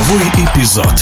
Игровой эпизод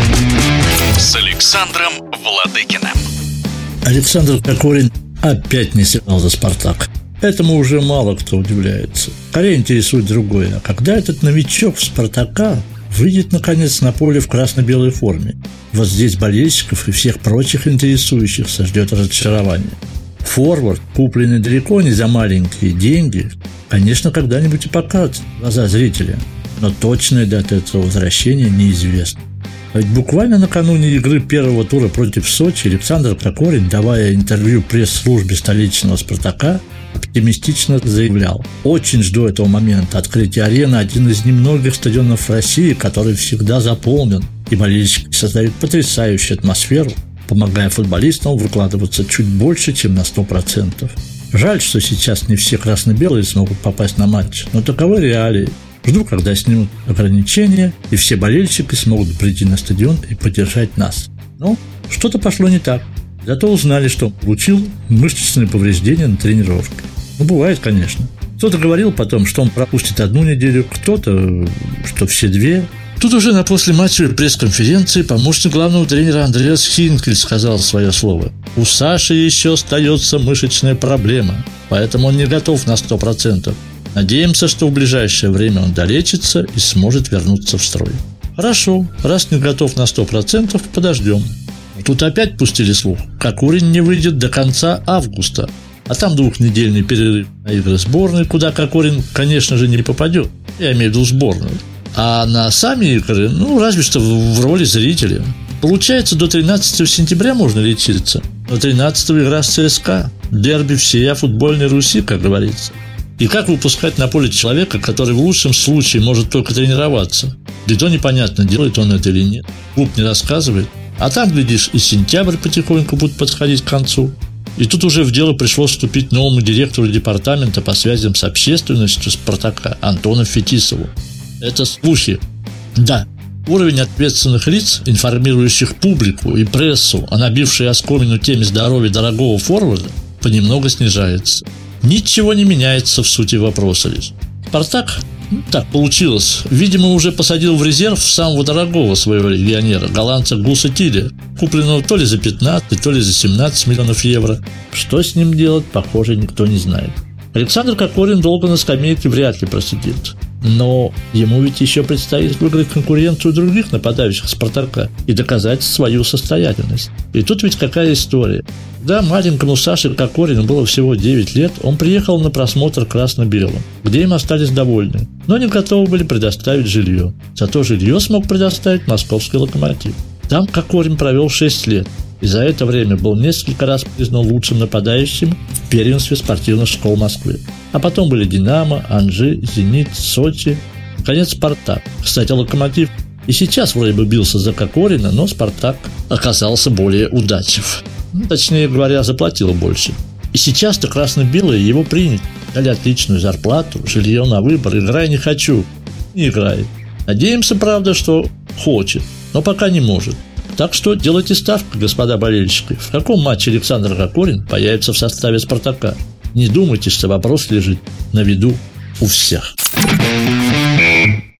с Александром Владыкиным. Александр Кокорин опять не сыграл за «Спартак». Этому уже мало кто удивляется. Скорее интересует другое. А когда этот новичок в «Спартака» выйдет, наконец, на поле в красно-белой форме? Вот здесь болельщиков и всех прочих интересующихся ждет разочарование. Форвард, купленный далеко не за маленькие деньги, конечно, когда-нибудь и покажется в глаза зрителя. Но точная дата этого возвращения неизвестна. Ведь буквально накануне игры первого тура против Сочи Александр Кокорин, давая интервью пресс-службе столичного «Спартака», оптимистично заявлял: «Очень жду этого момента. Открытие арены – один из немногих стадионов России, который всегда заполнен, и болельщики создают потрясающую атмосферу, помогая футболистам выкладываться чуть больше, чем на 100%. Жаль, что сейчас не все красно-белые смогут попасть на матч, но таковы реалии. Жду, когда снимут ограничения, и все болельщики смогут прийти на стадион и поддержать нас». Но что-то пошло не так. Зато узнали, что он получил мышечные повреждения на тренировке. Бывает, конечно. Кто-то говорил потом, что он пропустит 1 неделю, кто-то, что все 2. Тут уже на послематчевой пресс-конференции помощник главного тренера Андреас Хинкель сказал свое слово: «У Саши еще остается мышечная проблема, поэтому он не готов на 100%. Надеемся, что в ближайшее время он долечится и сможет вернуться в строй». Хорошо, раз не готов на 100%, подождем. Тут опять пустили слух: Кокорин не выйдет до конца августа, а там 2-недельный перерыв на игры сборной, куда Кокорин, конечно же, не попадет. Я имею в виду сборную. А на сами игры, разве что в роли зрителя. Получается, до 13 сентября можно лечиться. Но 13-го игра с ЦСКА. Дерби всея футбольной Руси, как говорится. И как выпускать на поле человека, который в лучшем случае может только тренироваться? Да и то непонятно, делает он это или нет. Клуб не рассказывает. А там, глядишь, и сентябрь потихоньку будет подходить к концу. И тут уже в дело пришлось вступить новому директору департамента по связям с общественностью «Спартака» Антону Фетисову. Это слухи. Да, уровень ответственных лиц, информирующих публику и прессу о набившей оскомину теме здоровья дорогого форварда, понемногу снижается. Ничего не меняется в сути вопроса лишь. «Спартак», так получилось, видимо, уже посадил в резерв самого дорогого своего легионера, голландца Гуса Тиля, купленного то ли за 15, то ли за 17 миллионов евро. Что с ним делать, похоже, никто не знает. Александр Кокорин долго на скамейке вряд ли просидит. Но ему ведь еще предстоит выиграть конкуренцию других нападающих «Спартака» и доказать свою состоятельность. И тут ведь какая история. Да, маленькому Саше Кокорину было всего 9 лет, он приехал на просмотр красно-белым, где им остались довольны, но не готовы были предоставить жилье. Зато жилье смог предоставить московский «Локомотив». Там Кокорин провел 6 лет, и за это время был несколько раз признан лучшим нападающим в первенстве спортивных школ Москвы. А потом были «Динамо», «Анжи», «Зенит», «Сочи», наконец, «Спартак». Кстати, «Локомотив» и сейчас вроде бы бился за Кокорина, но «Спартак» оказался более удачлив. Точнее говоря, заплатил больше. И сейчас-то красно-белые его приняли. Дали отличную зарплату, жилье на выбор. Играй не хочу. Не играет. Надеемся, правда, что хочет, но пока не может. Так что делайте ставку, господа болельщики. В каком матче Александр Кокорин появится в составе «Спартака»? Не думайте, что вопрос лежит на виду у всех.